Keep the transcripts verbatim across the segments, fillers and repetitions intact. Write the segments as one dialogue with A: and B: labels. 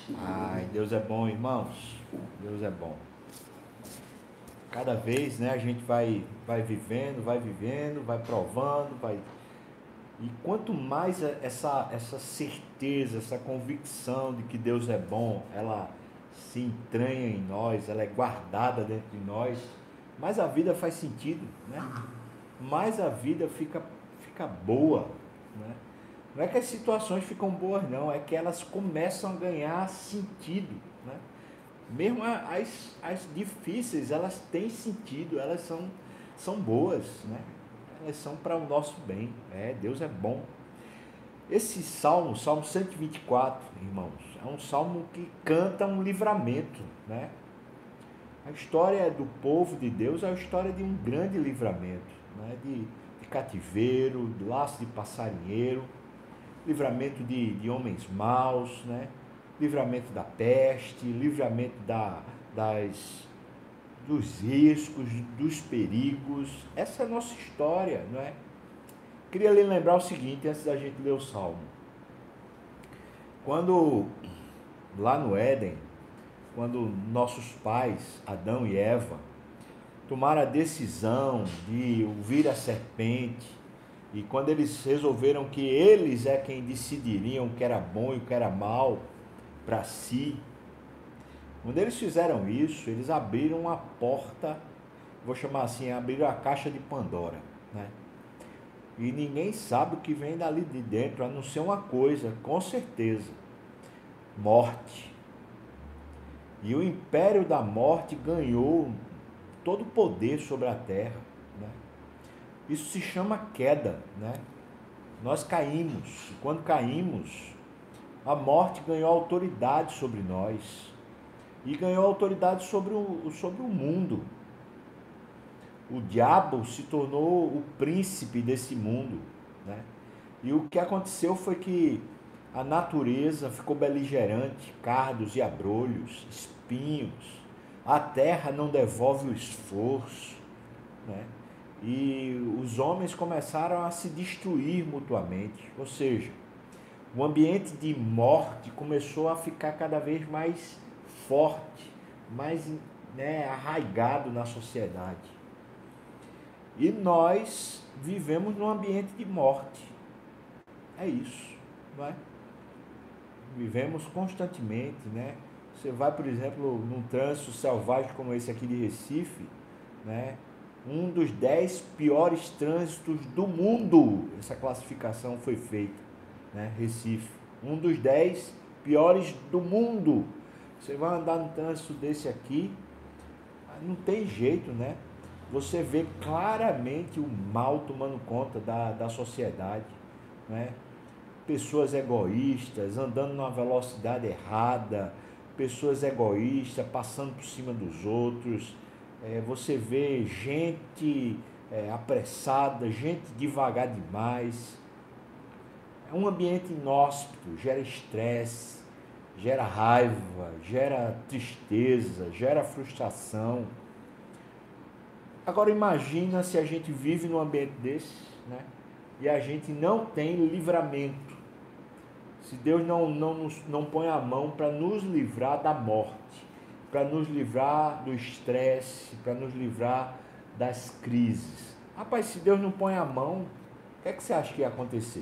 A: Ai, Deus é bom, irmãos. Deus é bom. Cada vez, né, a gente vai, vai vivendo, vai vivendo, vai provando, vai. E quanto mais essa, essa certeza, essa convicção de que Deus é bom, ela se entranha em nós, ela é guardada dentro de nós, mais a vida faz sentido, né? Mais a vida fica, fica boa, né? Não é que as situações ficam boas, não, é que elas começam a ganhar sentido, né? Mesmo as, as difíceis, elas têm sentido, elas são, são boas, né? Elas são para o nosso bem. É, Deus é bom. Esse salmo, Salmo cento e vinte e quatro, irmãos, é um salmo que canta um livramento, né? A história do povo de Deus é a história de um grande livramento, né? de, de cativeiro, de laço de passarinheiro, livramento de, de homens maus, né? Livramento da peste, livramento da, das, dos riscos, dos perigos. Essa é a nossa história, não é? Queria lhe lembrar o seguinte, antes da gente ler o Salmo. Quando, lá no Éden, quando nossos pais, Adão e Eva, tomaram a decisão de ouvir a serpente, e quando eles resolveram que eles é quem decidiriam o que era bom e o que era mal para si, quando eles fizeram isso, eles abriram uma porta, vou chamar assim, abriram a caixa de Pandora, né? E ninguém sabe o que vem dali de dentro, a não ser uma coisa, com certeza: morte. E o império da morte ganhou todo o poder sobre a terra, né? Isso se chama queda, né? Nós caímos, e quando caímos, a morte ganhou autoridade sobre nós, e ganhou autoridade sobre o, sobre o mundo. O diabo se tornou o príncipe desse mundo, né? E o que aconteceu foi que a natureza ficou beligerante, cardos e abrolhos, espinhos. A terra não devolve o esforço, né? E os homens começaram a se destruir mutuamente, ou seja, o ambiente de morte começou a ficar cada vez mais forte, mais, né, arraigado na sociedade. E nós vivemos num ambiente de morte. É isso, não é? Vivemos constantemente, né? Você vai, por exemplo, num trânsito selvagem como esse aqui de Recife, né? Um dos dez piores trânsitos do mundo. Essa classificação foi feita, né? Recife, um dos dez piores do mundo. Você vai andar num trânsito desse aqui, não tem jeito, né? Você vê claramente o mal tomando conta da, da sociedade, né? Pessoas egoístas, andando numa velocidade errada, pessoas egoístas, passando por cima dos outros. É, você vê gente é, apressada, gente devagar demais. É um ambiente inóspito, gera estresse, gera raiva, gera tristeza, gera frustração. Agora imagina se a gente vive num ambiente desse, né? E a gente não tem livramento. Se Deus não, não, não põe a mão para nos livrar da morte, para nos livrar do estresse, para nos livrar das crises. Rapaz, se Deus não põe a mão, o que é que você acha que ia acontecer?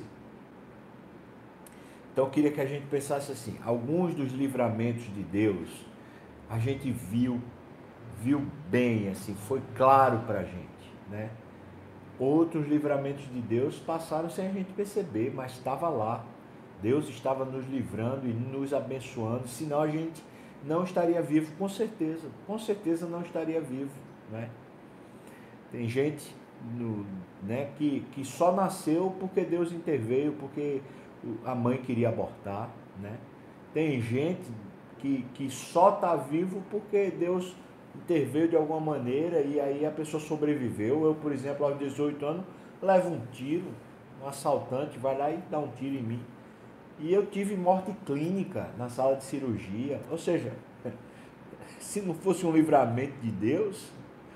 A: Então eu queria que a gente pensasse assim, alguns dos livramentos de Deus, a gente viu, viu bem, assim, foi claro para a gente, né? Outros livramentos de Deus passaram sem a gente perceber, mas estava lá. Deus estava nos livrando e nos abençoando, senão a gente não estaria vivo, com certeza, com certeza não estaria vivo, né? Tem gente no, né, que, que só nasceu porque Deus interveio, porque a mãe queria abortar, né? Tem gente que, que só está vivo porque Deus interveio de alguma maneira e aí a pessoa sobreviveu. Eu, por exemplo, aos dezoito anos, levo um tiro, um assaltante vai lá e dá um tiro em mim. E eu tive morte clínica na sala de cirurgia. Ou seja, se não fosse um livramento de Deus,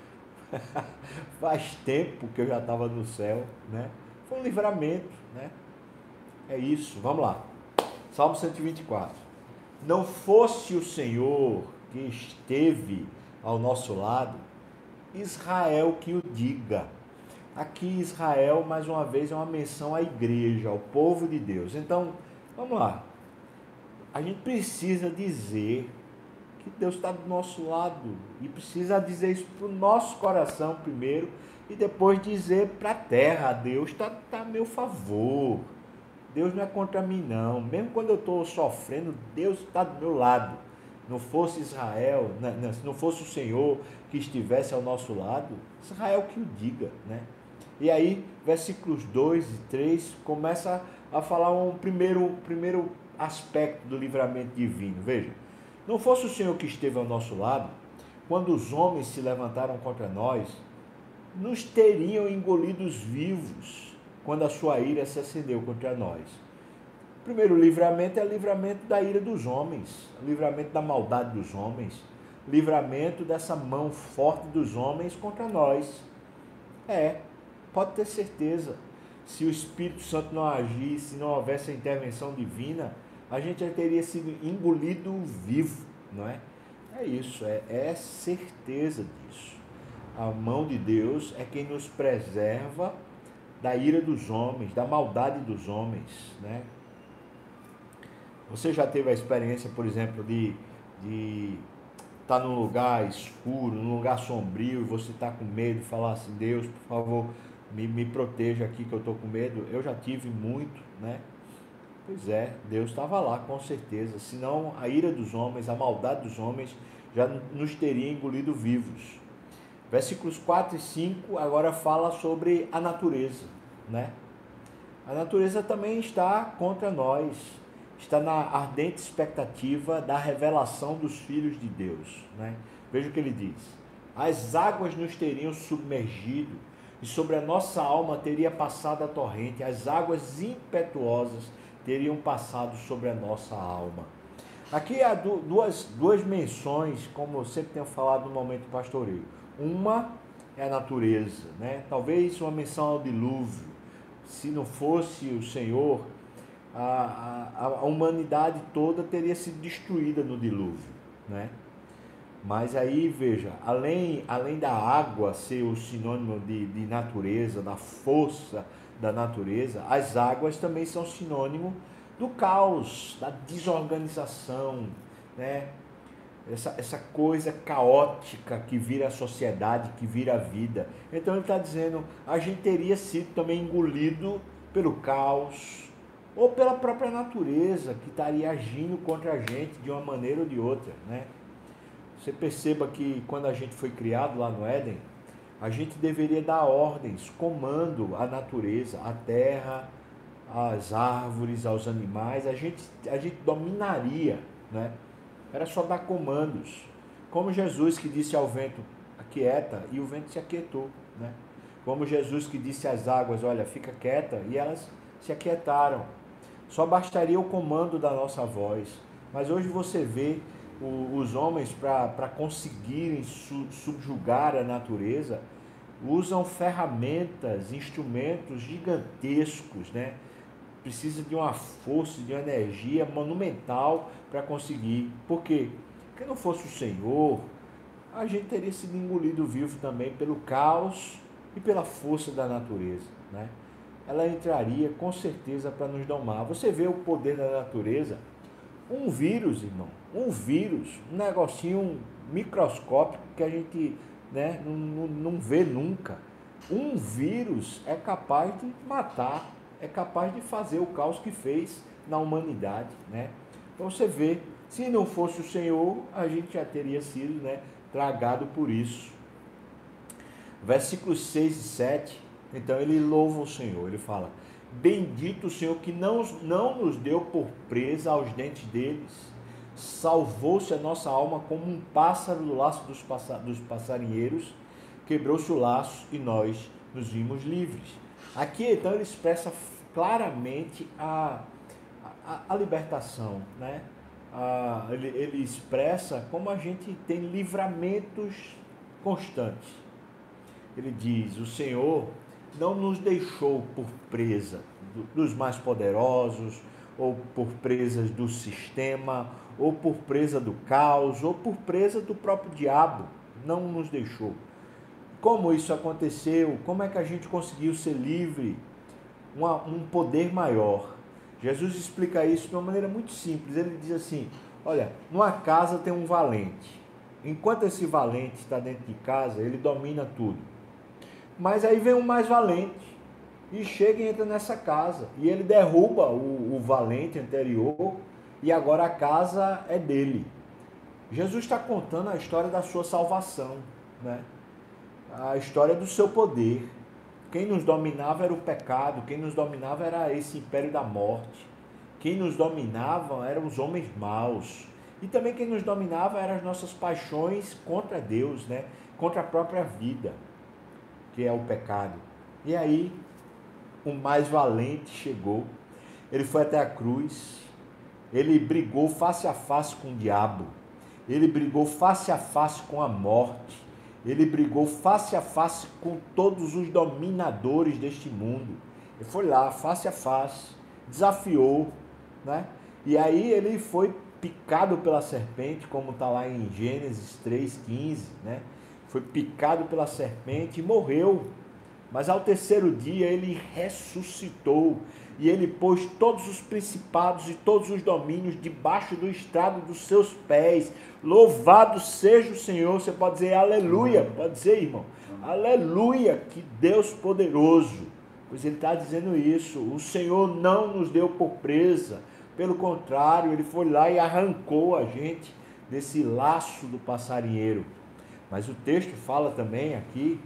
A: faz tempo que eu já estava no céu, né? Foi um livramento, né? É isso, vamos lá. Salmo cento e vinte e quatro. não fosse o Senhor que esteve ao nosso lado, Israel que o diga. Aqui Israel, mais uma vez, é uma menção à igreja, ao povo de Deus. Então, vamos lá. A gente precisa dizer que Deus está do nosso lado. E precisa dizer isso para o nosso coração primeiro. E depois dizer para a terra, Deus está tá a meu favor. Deus não é contra mim não. Mesmo quando eu estou sofrendo, Deus está do meu lado. Não fosse Israel, né? Se não fosse o Senhor que estivesse ao nosso lado, Israel que o diga, né? E aí, versículos dois e três, começa a falar um primeiro, primeiro aspecto do livramento divino. Veja, não fosse o Senhor que esteve ao nosso lado, quando os homens se levantaram contra nós, nos teriam engolidos vivos, quando a sua ira se acendeu contra nós. O primeiro livramento é o livramento da ira dos homens, o livramento da maldade dos homens, o livramento dessa mão forte dos homens contra nós. É, pode ter certeza, se o Espírito Santo não agisse, se não houvesse a intervenção divina, a gente já teria sido engolido vivo, não é? É isso, é, é certeza disso. A mão de Deus é quem nos preserva da ira dos homens, da maldade dos homens, né? Você já teve a experiência, por exemplo, de de estar num lugar escuro, num lugar sombrio, e você está com medo e falar assim, Deus, por favor, me, me proteja aqui que eu estou com medo? Eu já tive muito, né? Pois é, Deus estava lá, com certeza. Senão a ira dos homens, a maldade dos homens já nos teria engolido vivos. Versículos quatro e cinco agora fala sobre a natureza, né? A natureza também está contra nós, está na ardente expectativa da revelação dos filhos de Deus, né? Veja o que ele diz: as águas nos teriam submergido e sobre a nossa alma teria passado a torrente, as águas impetuosas teriam passado sobre a nossa alma. Aqui há duas, duas menções, como eu sempre tenho falado no momento do pastoreio. Uma é a natureza, né? Talvez uma menção ao dilúvio. Se não fosse o Senhor, a, a, a humanidade toda teria sido destruída no dilúvio, né? Mas aí, veja, além, além da água ser o sinônimo de, de natureza, da força da natureza, as águas também são sinônimo do caos, da desorganização, né? Essa, essa coisa caótica que vira a sociedade, que vira a vida. Então ele está dizendo, a gente teria sido também engolido pelo caos, ou pela própria natureza, que estaria agindo contra a gente de uma maneira ou de outra, né? Você perceba que quando a gente foi criado lá no Éden, a gente deveria dar ordens, comando à natureza, à terra, às árvores, aos animais, a gente, a gente dominaria, né? Era só dar comandos, como Jesus que disse ao vento, aquieta, e o vento se aquietou, né? Como Jesus que disse às águas, olha, fica quieta, e elas se aquietaram. Só bastaria o comando da nossa voz. Mas hoje você vê o, os homens, para conseguirem su, subjugar a natureza, usam ferramentas, instrumentos gigantescos, né? Precisa de uma força, de uma energia monumental para conseguir. Por quê? Porque não fosse o Senhor, a gente teria sido engolido vivo também pelo caos e pela força da natureza, né? Ela entraria com certeza para nos domar. Você vê o poder da natureza, um vírus, irmão, um vírus, um negocinho microscópico que a gente, né, não, não, não vê nunca. Um vírus é capaz de matar, é capaz de fazer o caos que fez na humanidade, né? Então você vê, se não fosse o Senhor, a gente já teria sido, né, tragado por isso. Versículos seis e sete, então ele louva o Senhor, ele fala, bendito o Senhor que não, não nos deu por presa aos dentes deles, salvou-se a nossa alma como um pássaro do laço dos, passa, dos passarinheiros, quebrou-se o laço e nós nos vimos livres. Aqui então ele expressa claramente a, a, a libertação, né? A, ele, ele expressa como a gente tem livramentos constantes. Ele diz, o Senhor não nos deixou por presa dos mais poderosos ou por presas do sistema, ou por presa do caos, ou por presa do próprio diabo. Não nos deixou. Como isso aconteceu? Como é que a gente conseguiu ser livre? Uma, um poder maior. Jesus explica isso de uma maneira muito simples. Ele diz assim, olha, numa casa tem um valente. Enquanto esse valente está dentro de casa, ele domina tudo. Mas aí vem um mais valente e chega e entra nessa casa. E ele derruba o, o valente anterior e agora a casa é dele. Jesus está contando a história da sua salvação, né? A história do seu poder. Quem nos dominava era o pecado, quem nos dominava era esse império da morte. Quem nos dominava eram os homens maus. E também quem nos dominava eram as nossas paixões contra Deus, né? Contra a própria vida, que é o pecado. E aí, o mais valente chegou, ele foi até a cruz, ele brigou face a face com o diabo, ele brigou face a face com a morte, ele brigou face a face com todos os dominadores deste mundo. Ele foi lá, face a face, desafiou, né? E aí ele foi picado pela serpente, como está lá em Gênesis três, quinze, né? Foi picado pela serpente e morreu. Mas ao terceiro dia ele ressuscitou e ele pôs todos os principados e todos os domínios debaixo do estrado dos seus pés. Louvado seja o Senhor. Você pode dizer aleluia, pode dizer, irmão, aleluia, que Deus poderoso. Pois ele está dizendo isso, o Senhor não nos deu por presa, pelo contrário, ele foi lá e arrancou a gente desse laço do passarinheiro. Mas o texto fala também aqui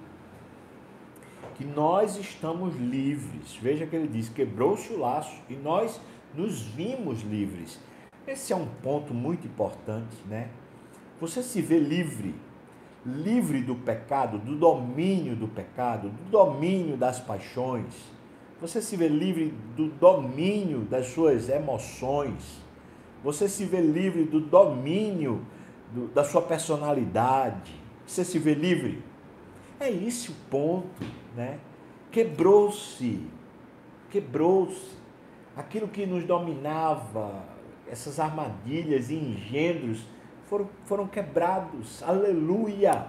A: que nós estamos livres. Veja que ele diz, quebrou-se o laço e nós nos vimos livres. Esse é um ponto muito importante, né? Você se vê livre, livre do pecado, do domínio do pecado, do domínio das paixões. Você se vê livre do domínio das suas emoções. Você se vê livre do domínio do, da sua personalidade. Você se vê livre. É esse o ponto, né? Quebrou-se, quebrou-se. Aquilo que nos dominava, essas armadilhas e engendros foram, foram quebrados. Aleluia!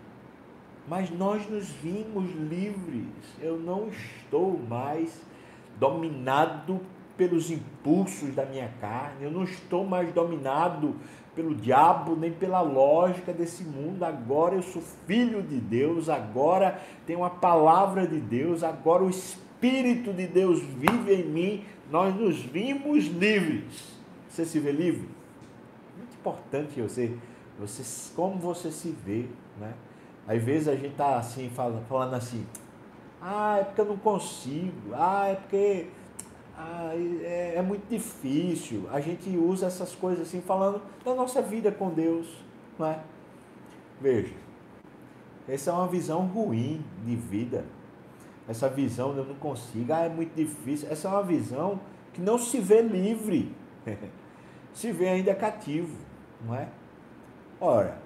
A: Mas nós nos vimos livres. Eu não estou mais dominado pelos impulsos da minha carne. Eu não estou mais dominado pelo diabo, nem pela lógica desse mundo. Agora eu sou filho de Deus, agora tenho a palavra de Deus, agora o Espírito de Deus vive em mim. Nós nos vimos livres. Você se vê livre? Muito importante você, você como você se vê, né? Às vezes a gente está assim, falando, falando assim, ah, é porque eu não consigo, ah, é porque ah, é, é muito difícil. A gente usa essas coisas assim, falando da nossa vida com Deus, não é? Veja, essa é uma visão ruim de vida. Essa visão eu não consigo, ah, é muito difícil. Essa é uma visão que não se vê livre, se vê ainda cativo, não é? Ora,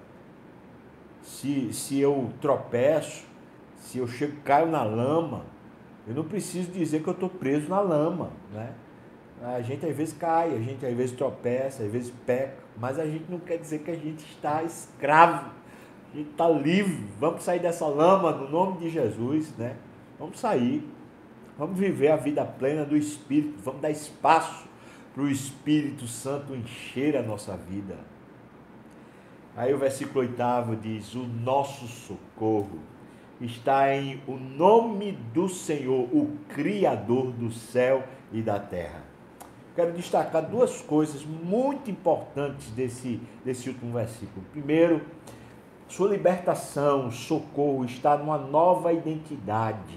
A: se, se eu tropeço, se eu chego, caio na lama, eu não preciso dizer que eu estou preso na lama, né? A gente às vezes cai, a gente às vezes tropeça, às vezes peca, mas a gente não quer dizer que a gente está escravo, a gente está livre. Vamos sair dessa lama no nome de Jesus, né? Vamos sair, vamos viver a vida plena do Espírito, vamos dar espaço para o Espírito Santo encher a nossa vida. Aí o versículo oitavo diz, o nosso socorro está em o nome do Senhor, o Criador do céu e da terra. Quero destacar duas coisas muito importantes desse, desse último versículo. Primeiro, sua libertação, socorro, está numa nova identidade.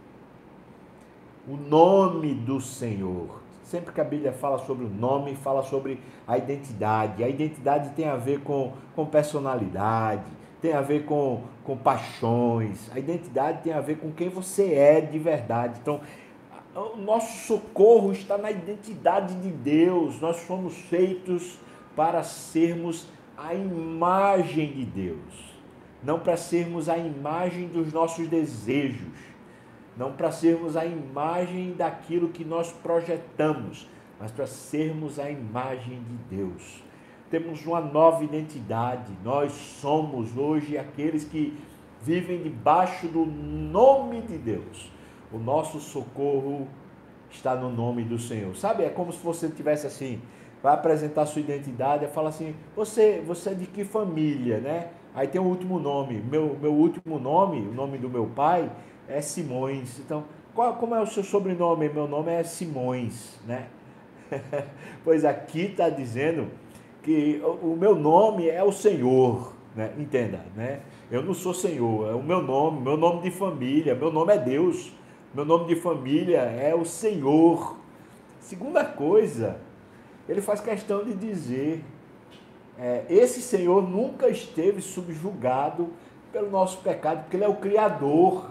A: O nome do Senhor. Sempre que a Bíblia fala sobre o nome, fala sobre a identidade. A identidade tem a ver com, com personalidade, tem a ver com, com paixões. A identidade tem a ver com quem você é de verdade. Então, o nosso socorro está na identidade de Deus. Nós fomos feitos para sermos a imagem de Deus. Não para sermos a imagem dos nossos desejos. Não para sermos a imagem daquilo que nós projetamos, mas para sermos a imagem de Deus. Temos uma nova identidade. Nós somos hoje aqueles que vivem debaixo do nome de Deus. O nosso socorro está no nome do Senhor. Sabe, é como se você tivesse assim, vai apresentar sua identidade, fala assim, você, você é de que família, né? Aí tem o último nome. Meu, meu último nome, o nome do meu pai, é Simões. Então, qual, como é o seu sobrenome? Meu nome é Simões, né? Pois aqui está dizendo que o meu nome é o Senhor, né? Entenda, né? Eu não sou Senhor, é o meu nome, meu nome de família, meu nome é Deus, meu nome de família é o Senhor. Segunda coisa, ele faz questão de dizer, é, esse Senhor nunca esteve subjugado pelo nosso pecado, porque Ele é o Criador.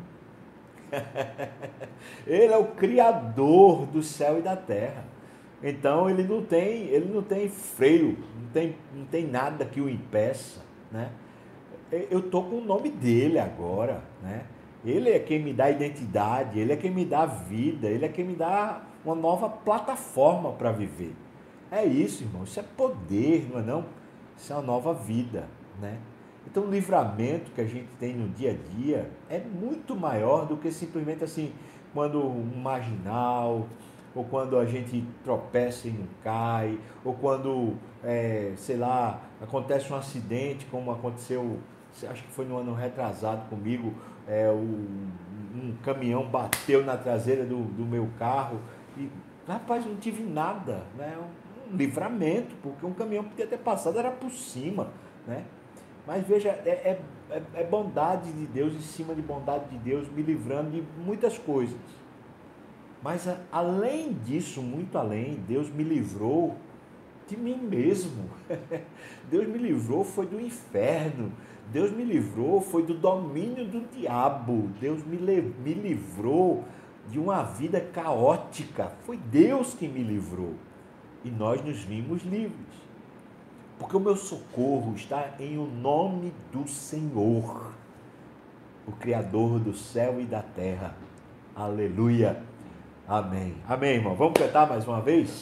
A: Ele é o Criador do céu e da terra. Então ele não tem, ele não tem freio, não tem, não tem nada que o impeça, né? Eu estou com o nome dele agora, né? Ele é quem me dá identidade, ele é quem me dá vida, ele é quem me dá uma nova plataforma para viver. É isso, irmão, isso é poder, não é não? Isso é uma nova vida, né? Então o livramento que a gente tem no dia a dia é muito maior do que simplesmente assim, quando um marginal, ou quando a gente tropeça e não cai, ou quando, é, sei lá, acontece um acidente, como aconteceu, acho que foi no ano retrasado comigo, é, um, um caminhão bateu na traseira do, do meu carro, e, rapaz, não tive nada, né? Um, um livramento, porque um caminhão podia ter passado, era por cima, né? Mas veja, é, é, é bondade de Deus em cima de bondade de Deus, me livrando de muitas coisas. Mas além disso, muito além, Deus me livrou de mim mesmo. Deus me livrou foi do inferno. Deus me livrou foi do domínio do diabo. Deus me, me livrou de uma vida caótica. Foi Deus que me livrou. E nós nos vimos livres. Porque o meu socorro está em o nome do Senhor, o Criador do céu e da terra. Aleluia. Amém. Amém, irmão. Vamos cantar mais uma vez?